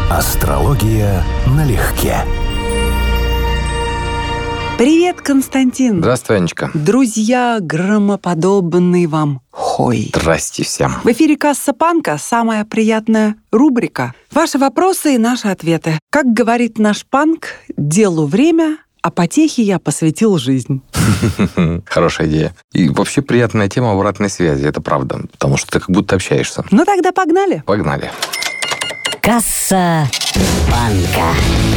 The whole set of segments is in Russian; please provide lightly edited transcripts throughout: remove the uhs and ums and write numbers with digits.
Астрология налегке. Привет, Константин. Здравствуй, Анечка. Друзья, громоподобный вам хой. Здрасте всем. В эфире «Касса Панка» самая приятная рубрика. Ваши вопросы и наши ответы. Как говорит наш панк, делу время, а потехе я посвятил жизнь. Хорошая идея. И вообще приятная тема обратной связи, это правда, потому что ты как будто общаешься. Ну тогда погнали. Погнали. Касса Панка.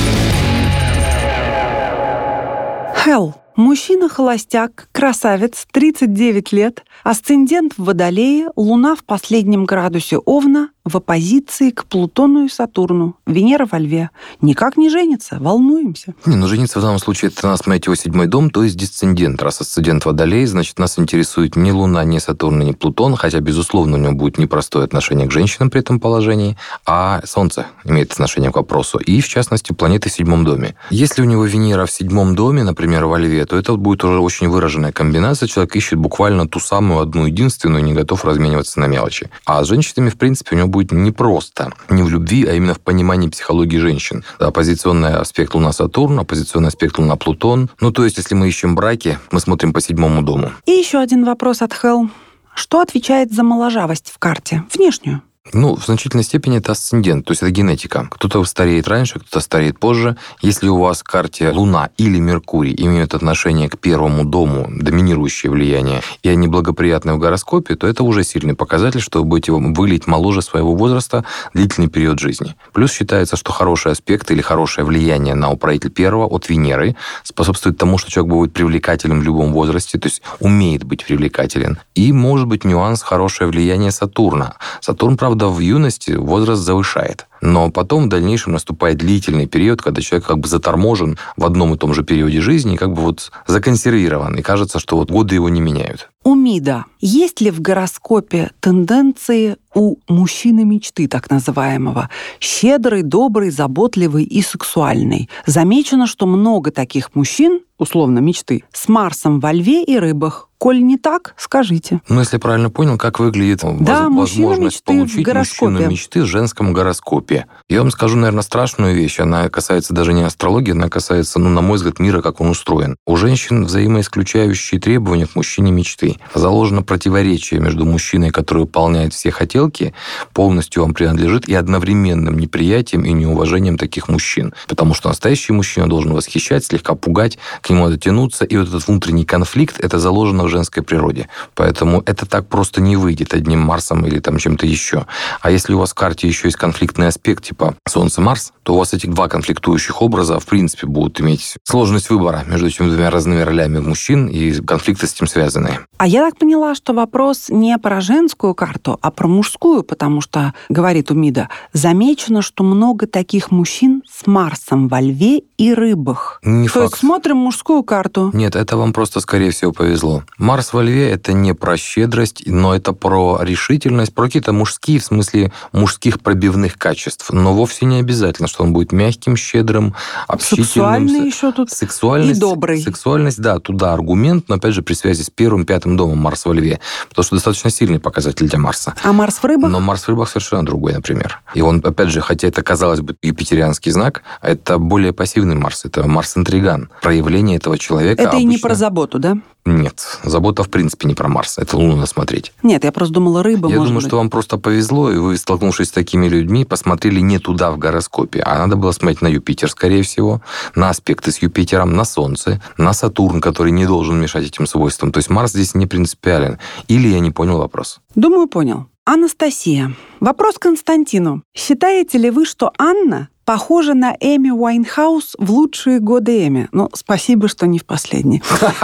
Хелл. Мужчина-холостяк, красавец, 39 лет, асцендент в Водолее, Луна в последнем градусе Овна, в оппозиции к Плутону и Сатурну, Венера во Льве. Никак не женится, волнуемся. Жениться в данном случае это нас, смотрите, его 7-й дом, то есть дисцендент. Раз асцендент Водолей, значит, нас интересует ни Луна, ни Сатурн, ни Плутон, хотя, безусловно, у него будет непростое отношение к женщинам при этом положении, а Солнце имеет отношение к вопросу, и, в частности, планеты в 7-м доме. Если у него Венера в 7-м доме, например, во Льве, то это будет уже очень выраженная комбинация. Человек ищет буквально ту самую одну единственную и не готов размениваться на мелочи. А с женщинами, в принципе, у него будет не просто, не в любви, а именно в понимании психологии женщин. Оппозиционный аспект Луна-Сатурн, оппозиционный аспект Луна-Плутон. То есть, если мы ищем браки, мы смотрим по 7-му дому. И еще один вопрос от Хелл. Что отвечает за моложавость в карте? Внешнюю? В значительной степени это асцендент, то есть это генетика. Кто-то стареет раньше, кто-то стареет позже. Если у вас в карте Луна или Меркурий имеют отношение к 1-му дому, доминирующее влияние, и они благоприятны в гороскопе, то это уже сильный показатель, что вы будете выглядеть моложе своего возраста длительный период жизни. Плюс считается, что хороший аспект или хорошее влияние на управитель 1-го от Венеры способствует тому, что человек будет привлекателен в любом возрасте, то есть умеет быть привлекателен. И может быть нюанс хорошее влияние Сатурна. Сатурн, правда, в юности возраст завышает. Но потом в дальнейшем наступает длительный период, когда человек как бы заторможен в одном и том же периоде жизни, как бы законсервирован. И кажется, что годы его не меняют. У МИДа есть ли в гороскопе тенденции у мужчины мечты, так называемого? Щедрый, добрый, заботливый и сексуальный. Замечено, что много таких мужчин, условно мечты, с Марсом во Льве и Рыбах. Коль не так, скажите. Если я правильно понял, как выглядит возможность получить мужчину мечты в женском гороскопе. Я вам скажу, наверное, страшную вещь. Она касается даже не астрологии, она касается, на мой взгляд, мира, как он устроен. У женщин взаимоисключающие требования к мужчине мечты. Заложено противоречие между мужчиной, который выполняет все хотелки, полностью вам принадлежит, и одновременным неприятием и неуважением таких мужчин. Потому что настоящий мужчина должен восхищать, слегка пугать, к нему дотянуться, и этот внутренний конфликт, это заложено в женской природе. Поэтому это так просто не выйдет одним Марсом или чем-то еще. А если у вас в карте еще есть конфликтный аспект, типа Солнце-Марс, то у вас этих два конфликтующих образа, в принципе, будут иметь сложность выбора между этими двумя разными ролями мужчин, и конфликты с этим связаны. А я так поняла, что вопрос не про женскую карту, а про мужскую, потому что, говорит у МИДа, замечено, что много таких мужчин с Марсом во Льве и Рыбах. Не факт. То есть смотрим мужскую карту. Нет, это вам просто, скорее всего, повезло. Марс во Льве — это не про щедрость, но это про решительность, про какие-то мужские, в смысле мужских пробивных качеств. Но вовсе не обязательно, что он будет мягким, щедрым, общительным. Сексуальный еще тут. Сексуальность, и добрый. Сексуальность, да, туда аргумент, но опять же при связи с 1-м, 5-м домом Марс во Льве, потому что достаточно сильный показатель для Марса. А Марс в Рыбах? Но Марс в Рыбах совершенно другой, например. И он, опять же, хотя это, казалось бы, юпитерианский знак, это более пассивный Марс, это Марс-интриган. Проявление этого человека это обычно... и не про заботу, да? Нет, забота в принципе не про Марс, это Луну надо смотреть. Нет, я просто думала, Рыба, Я может думаю, быть. что вам просто повезло, и вы, столкнувшись с такими людьми, посмотрели не туда в гороскопе, а надо было смотреть на Юпитер, скорее всего, на аспекты с Юпитером, на Солнце, на Сатурн, который не должен мешать этим свойствам. То есть Марс здесь не принципиален. Или я не понял вопрос? Думаю, понял. Анастасия. Вопрос Константину. Считаете ли вы, что Анна похожа на Эми Уайнхаус в лучшие годы Эми? Спасибо, что не в последние.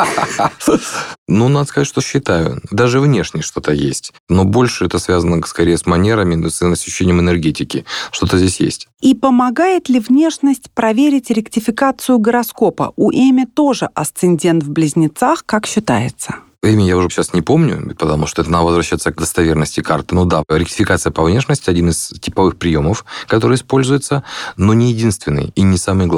Надо сказать, что считаю. Даже внешне что-то есть. Но больше это связано скорее с манерами, с ощущением энергетики. Что-то здесь есть. И помогает ли внешность проверить ректификацию гороскопа? У Эми тоже асцендент в Близнецах, как считается? Имя я уже сейчас не помню, потому что это надо возвращаться к достоверности карты. Ректификация по внешности – один из типовых приемов, который используется, но не единственный и не самый главный.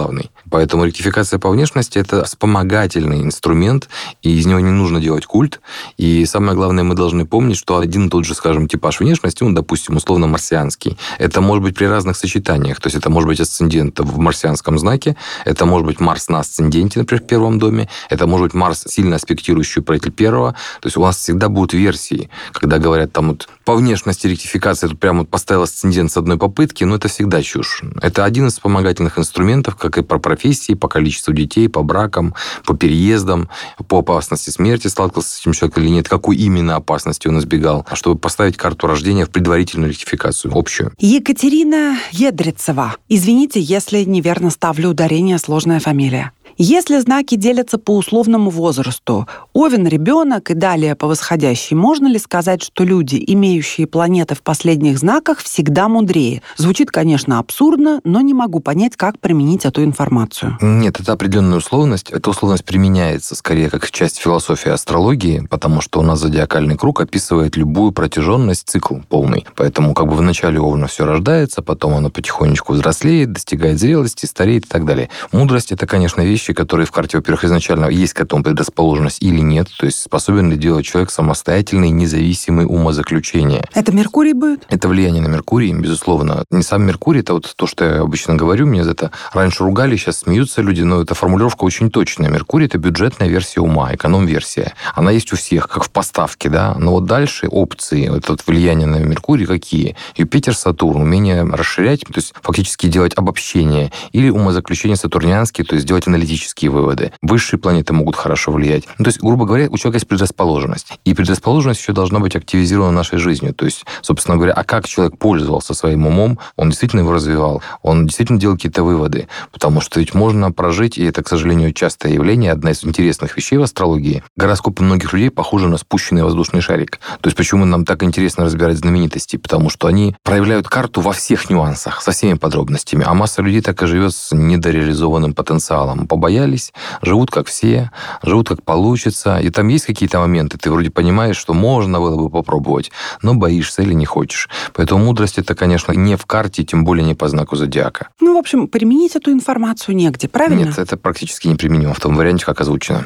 Поэтому ректификация по внешности – это вспомогательный инструмент, и из него не нужно делать культ. И самое главное, мы должны помнить, что один и тот же, скажем, типаж внешности, он, допустим, условно марсианский. Это может быть при разных сочетаниях. То есть это может быть асцендент в марсианском знаке, это может быть Марс на асценденте, например, в первом доме, это может быть Марс, сильно аспектирующий управитель первого. То есть у нас всегда будут версии, когда говорят там вот по внешности ректификация, тут прямо вот поставил асцендент с одной попытки, но это всегда чушь. Это один из вспомогательных инструментов, как и по профессии, по количеству детей, по бракам, по переездам, по опасности смерти, сталкивался с этим человеком или нет, какой именно опасности он избегал, чтобы поставить карту рождения в предварительную ректификацию, общую. Екатерина Едрицева. Извините, если неверно ставлю ударение, сложная фамилия. Если знаки делятся по условному возрасту, Овен ребенок и далее по восходящей, можно ли сказать, что люди, имеющие планеты в последних знаках, всегда мудрее? Звучит, конечно, абсурдно, но не могу понять, как применить эту информацию. Нет, это определенная условность. Эта условность применяется скорее как часть философии астрологии, потому что у нас зодиакальный круг описывает любую протяженность, цикл полный. Поэтому как бы в начале Овна все рождается, потом оно потихонечку взрослеет, достигает зрелости, стареет и так далее. Мудрость — это, конечно, вещи, которые в карте, во-первых, изначально есть к этому предрасположенность или нет, то есть способен ли делать человек самостоятельные, независимые умозаключения. Это Меркурий будет? Это влияние на Меркурий, безусловно. Не сам Меркурий, это вот то, что я обычно говорю, мне за это раньше ругали, сейчас смеются люди, но эта формулировка очень точная. Меркурий — это бюджетная версия ума, эконом-версия. Она есть у всех, как в поставке, да, но вот дальше опции, это вот влияние на Меркурий какие? Юпитер, Сатурн, умение расширять, то есть фактически делать обобщение, или умозаключения сатурнианские, то есть делать аналитические выводы. Высшие планеты могут хорошо влиять. Ну, то есть, грубо говоря, у человека есть предрасположенность. И предрасположенность еще должна быть активизирована нашей жизнью. То есть, собственно говоря, а как человек пользовался своим умом, он действительно его развивал, он действительно делал какие-то выводы. Потому что ведь можно прожить, и это, к сожалению, частое явление, одна из интересных вещей в астрологии. Гороскопы многих людей похожи на спущенный воздушный шарик. То есть, почему нам так интересно разбирать знаменитости? Потому что они проявляют карту во всех нюансах, со всеми подробностями. А масса людей так и живет с недореализованным потенциалом. Побоялись, живут как все, живут как получится. И там есть какие-то моменты, ты вроде понимаешь, что можно было бы попробовать, но боишься или не хочешь. Поэтому мудрость — это, конечно, не в карте, тем более не по знаку зодиака. Ну, в общем, применить эту информацию негде, правильно? Нет, это практически неприменимо в том варианте, как озвучено.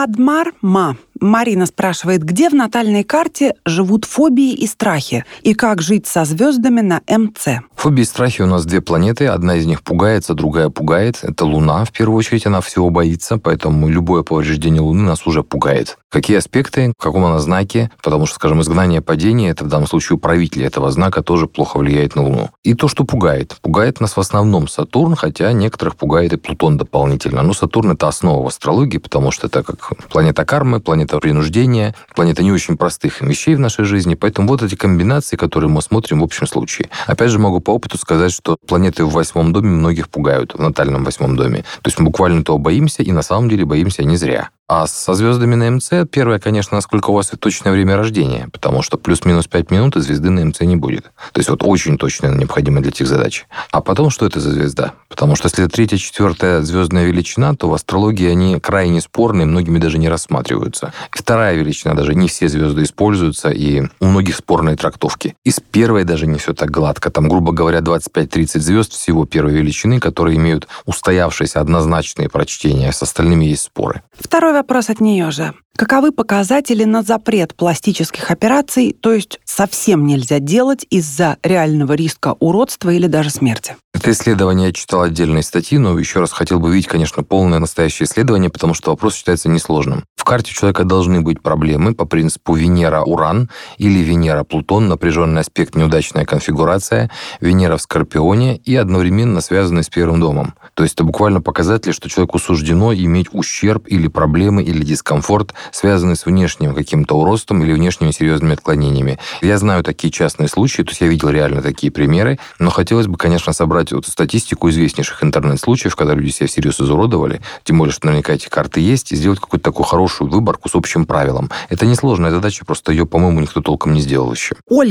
Марина спрашивает, где в натальной карте живут фобии и страхи, и как жить со звездами на МЦ? Фобии и страхи у нас две планеты, одна из них пугается, другая пугает. Это Луна, в первую очередь, она всего боится, поэтому любое повреждение Луны нас уже пугает. Какие аспекты, в каком она знаке? Потому что, скажем, изгнание, падение, это в данном случае управитель этого знака тоже плохо влияет на Луну. И то, что пугает. Пугает нас в основном Сатурн, хотя некоторых пугает и Плутон дополнительно. Но Сатурн — это основа в астрологии, потому что это как планета кармы, планета принуждения, планета не очень простых вещей в нашей жизни. Поэтому вот эти комбинации, которые мы смотрим в общем случае. Опять же, могу по опыту сказать, что планеты в 8-м доме многих пугают, в натальном 8-м доме. То есть мы буквально того боимся, и на самом деле боимся не зря. А со звездами на МЦ, первое, конечно, насколько у вас точное время рождения, потому что плюс-минус 5 минут и звезды на МЦ не будет. То есть вот очень точно необходимо для этих задач. А потом, что это за звезда? Потому что если это 3-я, 4-я звездная величина, то в астрологии они крайне спорные, многими даже не рассматриваются. И 2-я величина, даже не все звезды используются, и у многих спорные трактовки. И с 1-й даже не все так гладко. Там, грубо говоря, 25-30 звезд всего 1-й величины, которые имеют устоявшиеся однозначные прочтения, с остальными есть споры. Второй вопрос от нее же. Каковы показатели на запрет пластических операций, то есть совсем нельзя делать из-за реального риска уродства или даже смерти? Это исследование я читал отдельные статьи, но еще раз хотел бы видеть, конечно, полное настоящее исследование, потому что вопрос считается несложным. В карте у человека должны быть проблемы по принципу Венера-Уран или Венера-Плутон, напряженный аспект, неудачная конфигурация, Венера в Скорпионе и одновременно связанный с 1-м домом. То есть это буквально показатели, что человеку суждено иметь ущерб или проблемы, или дискомфорт, связанные с внешним каким-то уродством или внешними серьезными отклонениями. Я знаю такие частные случаи, то есть я видел реально такие примеры, но хотелось бы, конечно, собрать вот статистику известнейших интернет-случаев, когда люди себя всерьез изуродовали, тем более, что наверняка эти карты есть, и сделать какую-то такую хорошую выборку с общим правилом. Это несложная задача, просто ее, по-моему, никто толком не сделал еще. Ольга.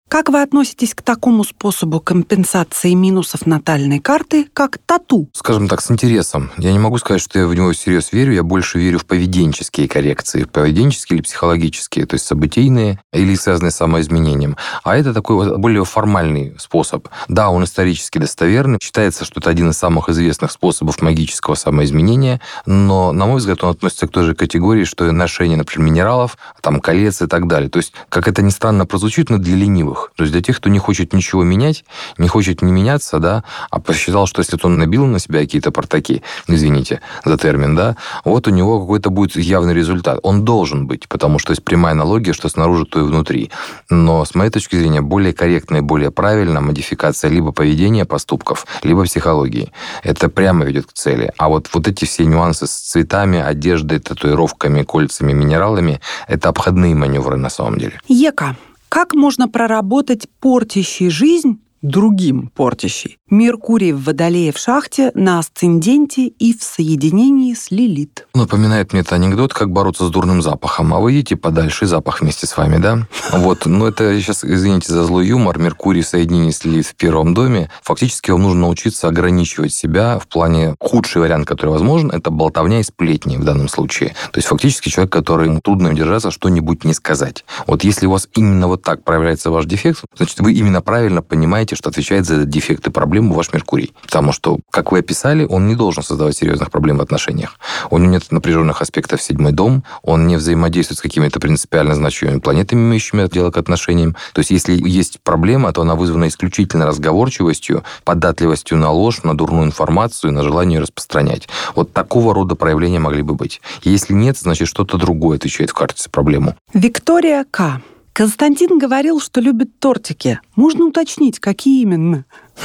Как вы относитесь к такому способу компенсации минусов натальной карты, как тату? Скажем так, с интересом. Я не могу сказать, что я в него всерьез верю, я больше верю в поведенческие коррекции. Поведенческие или психологические, то есть событийные или связанные с самоизменением. А это такой более формальный способ. Да, он исторически достоверный. Считается, что это один из самых известных способов магического самоизменения, но, на мой взгляд, он относится к той же категории, что и ношение, например, минералов, там, колец и так далее. То есть, как это ни странно прозвучит, но для ленивых. То есть для тех, кто не хочет ничего менять, не хочет не меняться, да, а посчитал, что если он набил на себя какие-то портаки, извините за термин, да, вот у него какой-то будет явный результат. Он должен быть, потому что есть прямая аналогия, что снаружи, то и внутри. Но, с моей точки зрения, более корректная и более правильная модификация либо поведения поступков, либо психологии. Это прямо ведет к цели. А вот эти все нюансы с цветами, одеждой, татуировками, кольцами, минералами, это обходные маневры на самом деле. Ека. Как можно проработать портящий жизнь другим портящий? Меркурий в Водолее в шахте, на асценденте и в соединении с Лилит. Напоминает мне это анекдот, как бороться с дурным запахом. А вы идите подальше, запах вместе с вами, да? Вот. Но это сейчас, извините за злой юмор, Меркурий в соединении с Лилит в первом доме. Фактически вам нужно научиться ограничивать себя в плане худший вариант, который возможен, это болтовня и сплетни в данном случае. То есть фактически человек, которому трудно удержаться, что-нибудь не сказать. Вот если у вас именно вот так проявляется ваш дефект, значит, вы именно правильно понимаете, что отвечает за этот дефект и проблему ваш Меркурий. Потому что, как вы описали, он не должен создавать серьезных проблем в отношениях. У него нет напряженных аспектов в 7-й дом, он не взаимодействует с какими-то принципиально значимыми планетами, имеющими дело к отношениям. То есть, если есть проблема, то она вызвана исключительно разговорчивостью, податливостью на ложь, на дурную информацию, на желание ее распространять. Вот такого рода проявления могли бы быть. Если нет, значит, что-то другое отвечает в карте за проблему. Виктория К. Константин говорил, что любит тортики. Можно уточнить, какие именно?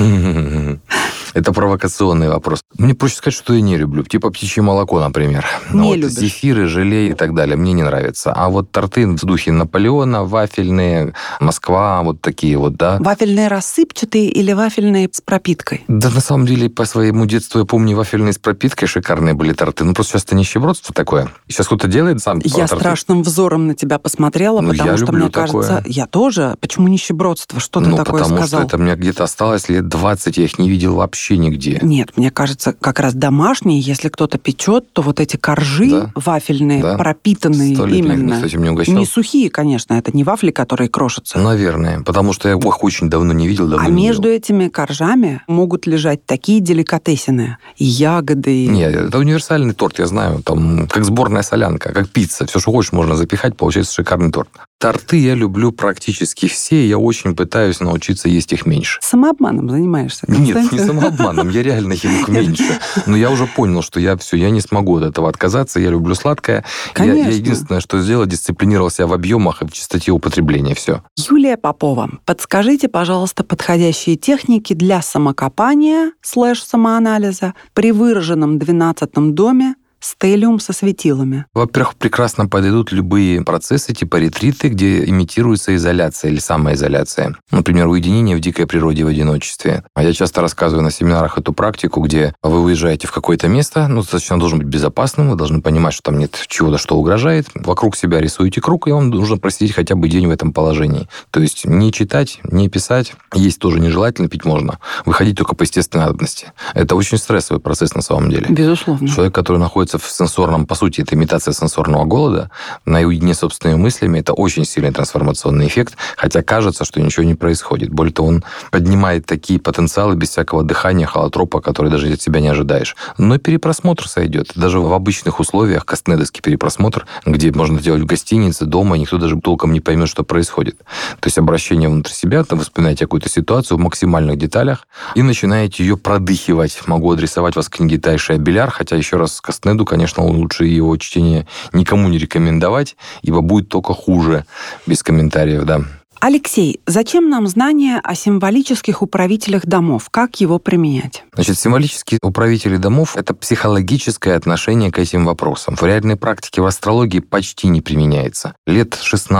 Это провокационный вопрос. Мне проще сказать, что я не люблю. Типа птичье молоко, например. Не любишь. Зефиры, желе и так далее. Мне не нравится. А вот торты в духе Наполеона, вафельные, Москва, вот такие вот, да. Вафельные рассыпчатые или вафельные с пропиткой? Да, на самом деле, по своему детству я помню, вафельные с пропиткой шикарные были торты. Ну, просто сейчас это нищебродство такое. Сейчас кто-то делает сам Я торты. Страшным взором на тебя посмотрела, потому что, мне кажется, я тоже. Почему нищебродство? Что ты такое сказал? Потому что это у меня где-то осталось лет 20, я их не видел вообще нигде. Нет, мне кажется, как раз домашние, если кто-то печет, то вот эти коржи вафельные, пропитанные именно. Кстати, не угощал. Не сухие, конечно, это не вафли, которые крошатся. Наверное, потому что я их очень давно не видел. Между этими коржами могут лежать такие деликатесины, и ягоды. Нет, это универсальный торт, я знаю. Там как сборная солянка, как пицца. Все, что хочешь, можно запихать, получается шикарный торт. Торты я люблю практически все, я очень пытаюсь научиться есть их меньше. Самообманом занимаешься? Нет, не самообманом, я реально ем их меньше. Но я уже понял, что я не смогу от этого отказаться, я люблю сладкое. Конечно. Я единственное, что сделал, дисциплинировал себя в объемах и в частоте употребления, все. Юлия Попова, подскажите, пожалуйста, подходящие техники для самокопания /самоанализа при выраженном 12-м доме стеллиум со светилами. Во-первых, прекрасно подойдут любые процессы типа ретриты, где имитируется изоляция или самоизоляция. Например, уединение в дикой природе в одиночестве. Я часто рассказываю на семинарах эту практику, где вы выезжаете в какое-то место, достаточно должен быть безопасным, вы должны понимать, что там нет чего-то, что угрожает. Вокруг себя рисуете круг, и вам нужно просидеть хотя бы день в этом положении. То есть не читать, не писать, есть тоже нежелательно, пить можно. Выходить только по естественной надобности. Это очень стрессовый процесс на самом деле. Безусловно. Человек, который находится в сенсорном, по сути, это имитация сенсорного голода, наедине с собственными мыслями, это очень сильный трансформационный эффект, хотя кажется, что ничего не происходит. Более того, он поднимает такие потенциалы без всякого дыхания, холотропа, которые даже от себя не ожидаешь. Но перепросмотр сойдет. Даже в обычных условиях, кастнедовский перепросмотр, где можно делать в гостинице, дома, никто даже толком не поймет, что происходит. То есть обращение внутрь себя, вы вспоминаете какую-то ситуацию в максимальных деталях и начинаете ее продыхивать. Могу адресовать вас к книге Тайши Абеляр, хотя еще раз Кастнеду, конечно, лучше его чтение никому не рекомендовать, ибо будет только хуже, без комментариев, да. Алексей, зачем нам знания о символических управителях домов? Как его применять? Значит, символические управители домов — это психологическое отношение к этим вопросам. В реальной практике в астрологии почти не применяется. Лет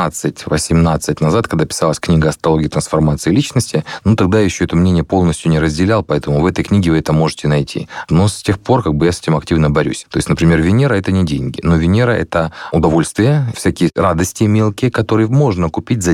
16-18 назад, когда писалась книга «Астрология трансформации личности», тогда еще это мнение полностью не разделял, поэтому в этой книге вы это можете найти. Но с тех пор я с этим активно борюсь. То есть, например, Венера — это не деньги, но Венера — это удовольствие, всякие радости мелкие, которые можно купить за деньги тоже.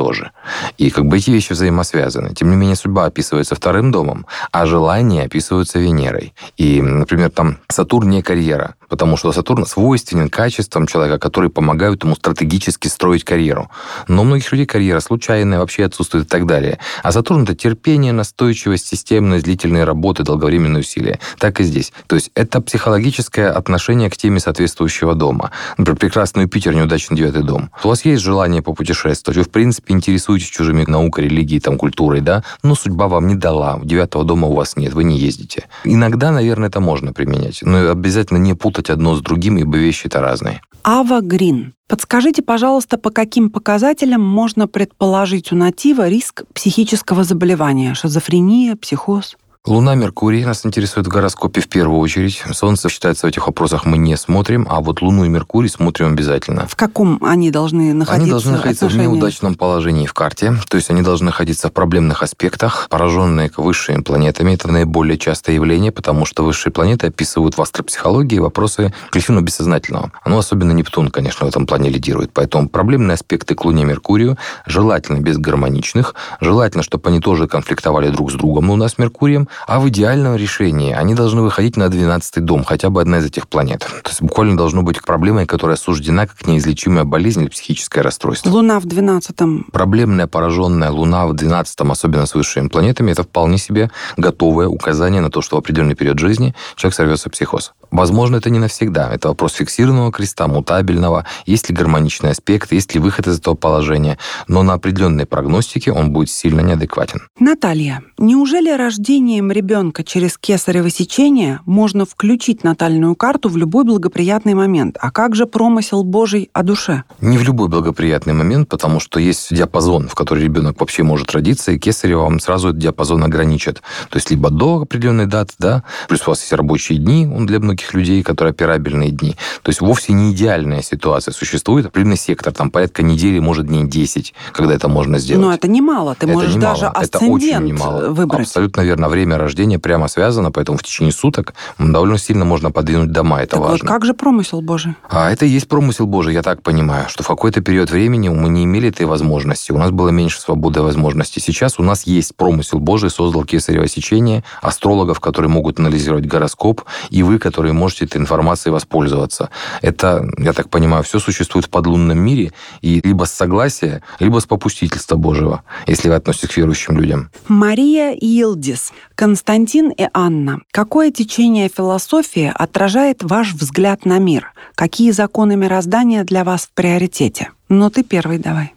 тоже. И как бы эти вещи взаимосвязаны. Тем не менее, судьба описывается вторым домом, а желания описываются Венерой. И, например, там Сатурн не карьера, потому что Сатурн свойственен качествам человека, которые помогают ему стратегически строить карьеру. Но у многих людей карьера случайная, вообще отсутствует и так далее. А Сатурн — это терпение, настойчивость, системность, длительные работы, долговременные усилия. Так и здесь. То есть это психологическое отношение к теме соответствующего дома. Например, прекрасный Юпитер, неудачный 9-й дом. У вас есть желание попутешествовать, вы, в принципе, интересуетесь чужими наукой, религией, там, культурой, да, но судьба вам не дала, 9-го дома у вас нет, вы не ездите. Иногда, наверное, это можно применять, но обязательно не путать одно с другим, ибо вещи-то разные. Ава Грин. Подскажите, пожалуйста, по каким показателям можно предположить у натива риск психического заболевания? Шизофрения, психоз? Луна, Меркурий нас интересует в гороскопе в первую очередь. Солнце, считается, в этих вопросах мы не смотрим, а вот Луну и Меркурий смотрим обязательно. В каком они должны находиться? Они должны находиться в неудачном положении в карте, то есть они должны находиться в проблемных аспектах, пораженные высшими планетами. Это наиболее частое явление, потому что высшие планеты описывают в астропсихологии вопросы коллективно-бессознательного. Ну, особенно Нептун, конечно, в этом плане лидирует. Поэтому проблемные аспекты к Луне и Меркурию желательно безгармоничных, желательно, чтобы они тоже конфликтовали друг с другом, Луна с Меркурием. А в идеальном решении они должны выходить на 12-й дом, хотя бы одна из этих планет. То есть буквально должно быть проблемой, которая осуждена как неизлечимая болезнь или психическое расстройство. Луна в 12-м. Проблемная, пораженная Луна в 12-м, особенно с высшими планетами, это вполне себе готовое указание на то, что в определенный период жизни человек сорвется в психоз. Возможно, это не навсегда. Это вопрос фиксированного креста, мутабельного. Есть ли гармоничный аспект, есть ли выход из этого положения. Но на определенной прогностике он будет сильно неадекватен. Наталья, неужели рождением ребенка через кесарево сечение можно включить натальную карту в любой благоприятный момент? А как же промысел Божий о душе? Не в любой благоприятный момент, потому что есть диапазон, в который ребенок вообще может родиться, и кесарево вам сразу этот диапазон ограничит. То есть либо до определенной даты, да, плюс у вас есть рабочие дни, он для многих людей, которые операбельные дни. То есть вовсе не идеальная ситуация. Существует определенный сектор, там порядка недели, может, дней 10, когда это можно сделать. Но это немало. Ты можешь даже асцендент выбрать. Абсолютно верно. Время рождения прямо связано, поэтому в течение суток довольно сильно можно подвинуть дома. Это так важно. Вот как же промысел Божий? А это и есть промысел Божий, я так понимаю, что в какой-то период времени мы не имели этой возможности, у нас было меньше свободы и возможностей. Сейчас у нас есть промысел Божий, создал кесарево сечение, астрологов, которые могут анализировать гороскоп, и вы, которые можете этой информацией воспользоваться. Это, я так понимаю, все существует в подлунном мире, и либо с согласия, либо с попустительства Божьего, если вы относитесь к верующим людям. Мария Йилдис. Константин и Анна. Какое течение философии отражает ваш взгляд на мир? Какие законы мироздания для вас в приоритете? Ну, ты первый давай.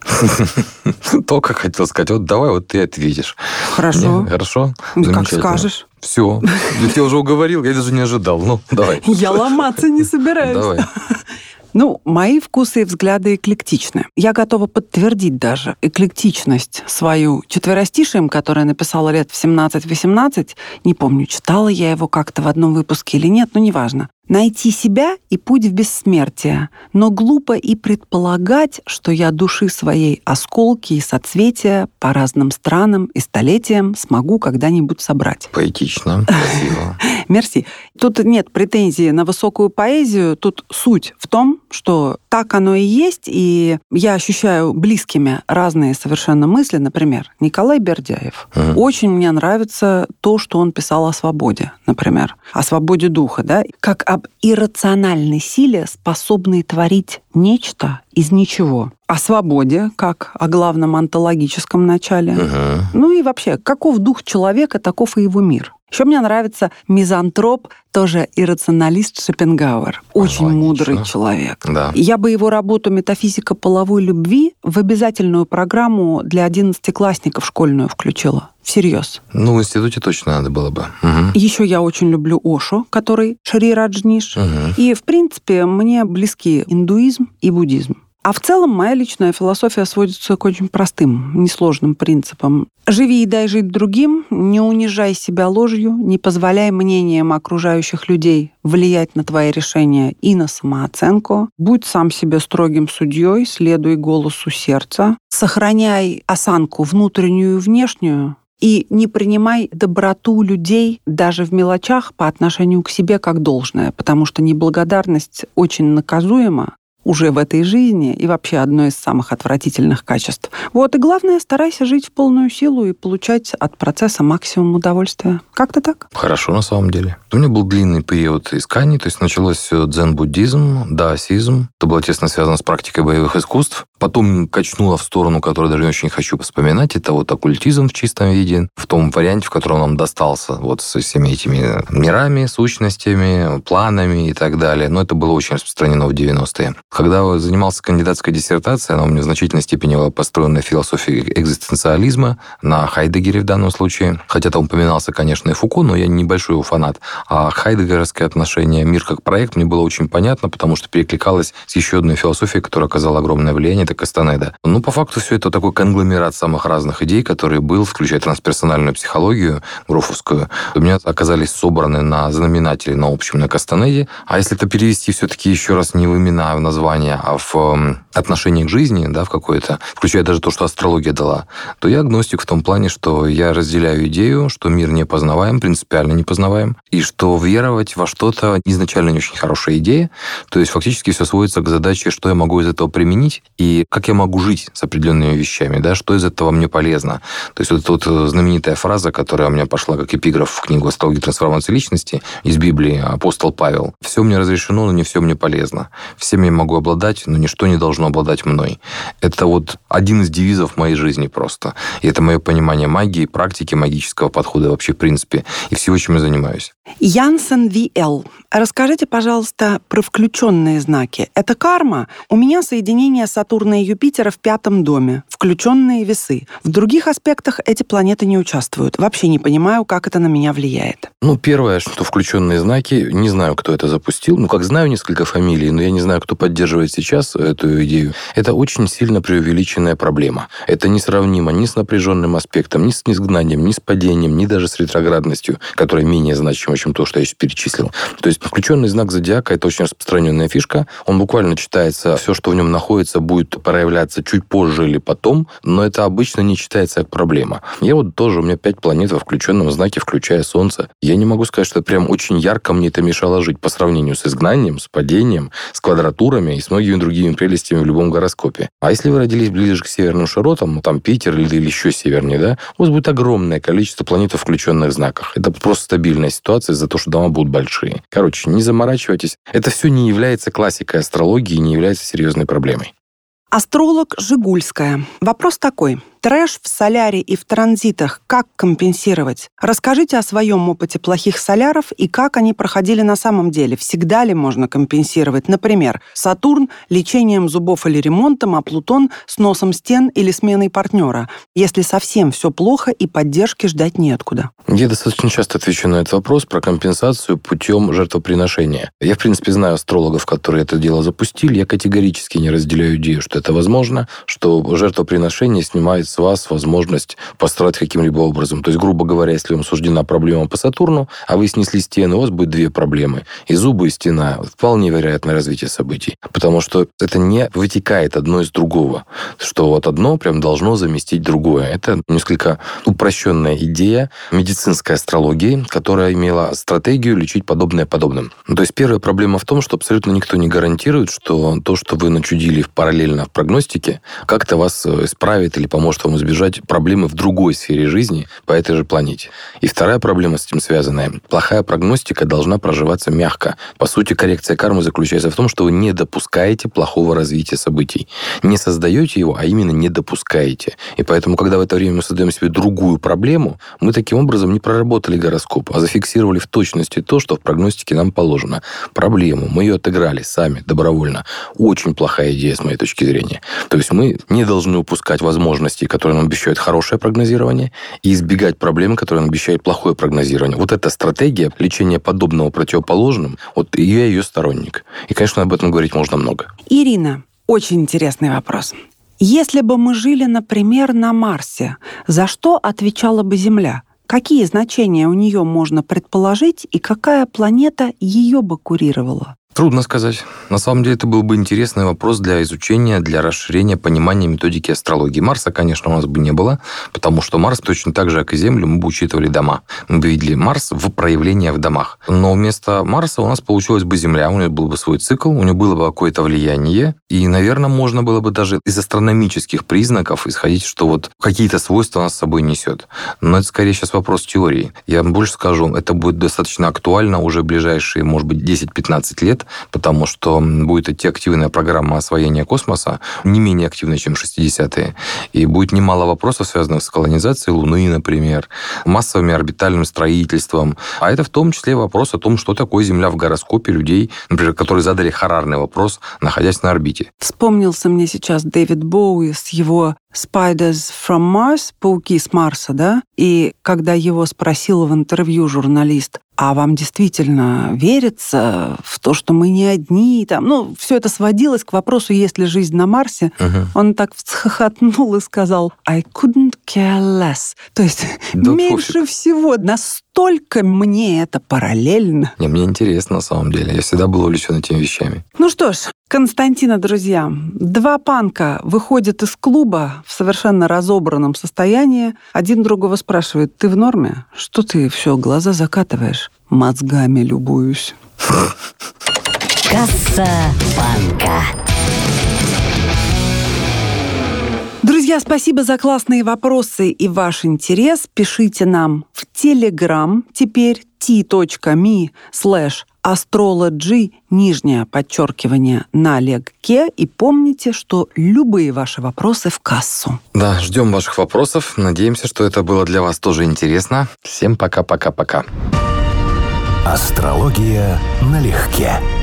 Только хотел сказать, вот давай, вот ты ответишь. Хорошо. Хорошо? Как скажешь. Все. Я тебя уже уговорил, я даже не ожидал. Ну, давай. Я ломаться не собираюсь. Давай. Ну, мои вкусы и взгляды эклектичны. Я готова подтвердить даже эклектичность свою четверостишием, которое написала лет в 17-18. Не помню, читала я его как-то в одном выпуске или нет, но неважно. Найти себя и путь в бессмертие, но глупо и предполагать, что я души своей осколки и соцветия по разным странам и столетиям смогу когда-нибудь собрать. Поэтично, красиво. Мерси. Тут нет претензий на высокую поэзию, тут суть в том, что так оно и есть, и я ощущаю близкими разные совершенно мысли. Например, Николай Бердяев. Очень мне нравится то, что он писал о свободе, например, о свободе духа, да, как об иррациональной силе, способной творить нечто из ничего. О свободе, как о главном онтологическом начале. Ну и вообще, каков дух человека, таков и его мир. Еще мне нравится мизантроп, тоже иррационалист Шопенгауэр. Очень мудрый человек. Да. Я бы его работу «Метафизика половой любви» в обязательную программу для 11-классников школьную включила. Всерьез. Ну, в институте точно надо было бы. Еще я очень люблю Ошо, который Шри Раджниш. И, в принципе, мне близки индуизм и буддизм. А в целом моя личная философия сводится к очень простым, несложным принципам. Живи и дай жить другим, не унижай себя ложью, не позволяй мнениям окружающих людей влиять на твои решения и на самооценку. Будь сам себе строгим судьей, следуй голосу сердца. Сохраняй осанку внутреннюю и внешнюю. И не принимай доброту людей даже в мелочах по отношению к себе как должное, потому что неблагодарность очень наказуема. уже в этой жизни и вообще одно из самых отвратительных качеств. Вот, и главное, старайся жить в полную силу и получать от процесса максимум удовольствия. Как-то так? Хорошо, на самом деле. У меня был длинный период исканий, то есть началось дзен-буддизм, даосизм. Это было тесно связано с практикой боевых искусств. Потом качнуло в сторону, которую даже не очень хочу вспоминать. Это вот оккультизм в чистом виде, в том варианте, в котором нам достался, вот со всеми этими мирами, сущностями, планами и так далее. Но это было очень распространено в 90-е. Когда я занимался кандидатской диссертацией, она у меня в значительной степени была построена на философии экзистенциализма, на Хайдегере в данном случае. Хотя там упоминался, конечно, и Фуко, но я небольшой его фанат. А хайдегеровское отношение «Мир как проект» мне было очень понятно, потому что перекликалось с еще одной философией, которая оказала огромное влияние, это Кастанеда. Ну, по факту, все это такой конгломерат самых разных идей, который был, включая трансперсональную психологию грофовскую, у меня оказались собраны на знаменателе, на общем, на Кастанеде. А если это перевести все-таки еще раз не в имена, а в название, а в отношении к жизни, да, в какое-то, включая даже то, что астрология дала, то я агностик в том плане, что я разделяю идею, что мир непознаваем, принципиально непознаваем, и что веровать во что-то изначально не очень хорошая идея. То есть фактически все сводится к задаче, что я могу из этого применить, и как я могу жить с определенными вещами, да, что из этого мне полезно. То есть вот эта вот знаменитая фраза, которая у меня пошла как эпиграф в книгу «Астрология трансформации личности» из Библии, апостол Павел. «Все мне разрешено, но не все мне полезно. Всем я могу обладать, но ничто не должно обладать мной». Это вот один из девизов моей жизни просто. И это мое понимание магии, практики, магического подхода вообще в принципе, и всего, чем я занимаюсь. Янсен В.Л. Расскажите, пожалуйста, про включенные знаки. Это карма? У меня соединение Сатурна и Юпитера в 5-м доме, включенные весы. В других аспектах эти планеты не участвуют. Вообще не понимаю, как это на меня влияет. Ну, первое, что включенные знаки, не знаю, кто это запустил. Ну, как знаю несколько фамилий, но я не знаю, кто поддерживает сейчас эту идею. Это очень сильно преувеличенная проблема. Это несравнимо ни с напряженным аспектом, ни с изгнанием, ни с падением, ни даже с ретроградностью, которая менее значима, чем то, что я сейчас перечислил. То есть включенный знак зодиака – это очень распространенная фишка. Он буквально читается, все, что в нем находится, будет проявляться чуть позже или потом, но это обычно не читается как проблема. Я вот тоже, у меня 5 планет во включенном знаке, включая Солнце. Я не могу сказать, что прям очень ярко мне это мешало жить по сравнению с изгнанием, с падением, с квадратурами и с многими другими прелестями в любом гороскопе. А если вы родились ближе к северным широтам, там Питер или еще севернее, да, у вас будет огромное количество планет в включенных знаках. Это просто стабильная ситуация из-за того, что дома будут большие. Короче, не заморачивайтесь. Это все не является классикой астрологии, не является серьезной проблемой. Астролог Жигульская. Вопрос такой. Трэш в соляре и в транзитах как компенсировать? Расскажите о своем опыте плохих соляров и как они проходили на самом деле. Всегда ли можно компенсировать? Например, Сатурн лечением зубов или ремонтом, а Плутон сносом стен или сменой партнера, если совсем все плохо и поддержки ждать неоткуда. Я достаточно часто отвечу на этот вопрос про компенсацию путем жертвоприношения. Я, в принципе, знаю астрологов, которые это дело запустили. Я категорически не разделяю идею, что это возможно, что жертвоприношение снимает с вас возможность пострадать каким-либо образом. То есть, грубо говоря, если вам суждена проблема по Сатурну, а вы снесли стены, у вас будет 2 проблемы. И зубы, и стена. Вполне вероятное развитие событий. Потому что это не вытекает одно из другого. Что вот одно прям должно заместить другое. Это несколько упрощенная идея медицинской астрологии, которая имела стратегию лечить подобное подобным. То есть, первая проблема в том, что абсолютно никто не гарантирует, что то, что вы начудили параллельно в прогностике, как-то вас исправит или поможет вам избежать проблемы в другой сфере жизни по этой же планете. И вторая проблема с этим связанная. Плохая прогностика должна проживаться мягко. По сути, коррекция кармы заключается в том, что вы не допускаете плохого развития событий. Не создаете его, а именно не допускаете. И поэтому, когда в это время мы создаем себе другую проблему, мы таким образом не проработали гороскоп, а зафиксировали в точности то, что в прогностике нам положено. Проблему. Мы ее отыграли сами, добровольно. Очень плохая идея с моей точки зрения. То есть мы не должны упускать возможности, которые нам обещают хорошее прогнозирование, и избегать проблемы, которые нам обещают плохое прогнозирование. Вот эта стратегия лечения подобного противоположным, вот я ее сторонник. И, конечно, об этом говорить можно много. Ирина, очень интересный вопрос. Если бы мы жили, например, на Марсе, за что отвечала бы Земля? Какие значения у нее можно предположить, и какая планета ее бы курировала? Трудно сказать. На самом деле, это был бы интересный вопрос для изучения, для расширения понимания методики астрологии. Марса, конечно, у нас бы не было, потому что Марс точно так же, как и Землю, мы бы учитывали дома. Мы бы видели Марс в проявлении в домах. Но вместо Марса у нас получилась бы Земля, у нее был бы свой цикл, у нее было бы какое-то влияние, и, наверное, можно было бы даже из астрономических признаков исходить, что вот какие-то свойства она с собой несет. Но это скорее сейчас вопрос теории. Я вам больше скажу, это будет достаточно актуально уже в ближайшие, может быть, 10-15 лет, потому что будет идти активная программа освоения космоса, не менее активная, чем 60-е, и будет немало вопросов, связанных с колонизацией Луны, например, массовым орбитальным строительством. А это в том числе вопрос о том, что такое Земля в гороскопе людей, например, которые задали харарный вопрос, находясь на орбите. Вспомнился мне сейчас Дэвид Боуи с его «Spiders from Mars», «Пауки с Марса», да? И когда его спросил в интервью журналист, а вам действительно верится в то, что мы не одни? Там, все это сводилось к вопросу, есть ли жизнь на Марсе. Он так всхохотнул и сказал «I couldn't care less». То есть меньше всего. Настолько мне это параллельно. Мне интересно, на самом деле. Я всегда был увлечен этими вещами. Ну что ж, Константина, друзья, 2 панка выходят из клуба в совершенно разобранном состоянии. Один другого спрашивает: ты в норме? Что ты все глаза закатываешь? Мозгами любуюсь. Касса панка. Друзья, спасибо за классные вопросы и ваш интерес. Пишите нам в Telegram теперь t.me/astrology_налегке. И помните, что любые ваши вопросы в кассу. Да, ждем ваших вопросов. Надеемся, что это было для вас тоже интересно. Всем пока-пока-пока. Астрология налегке.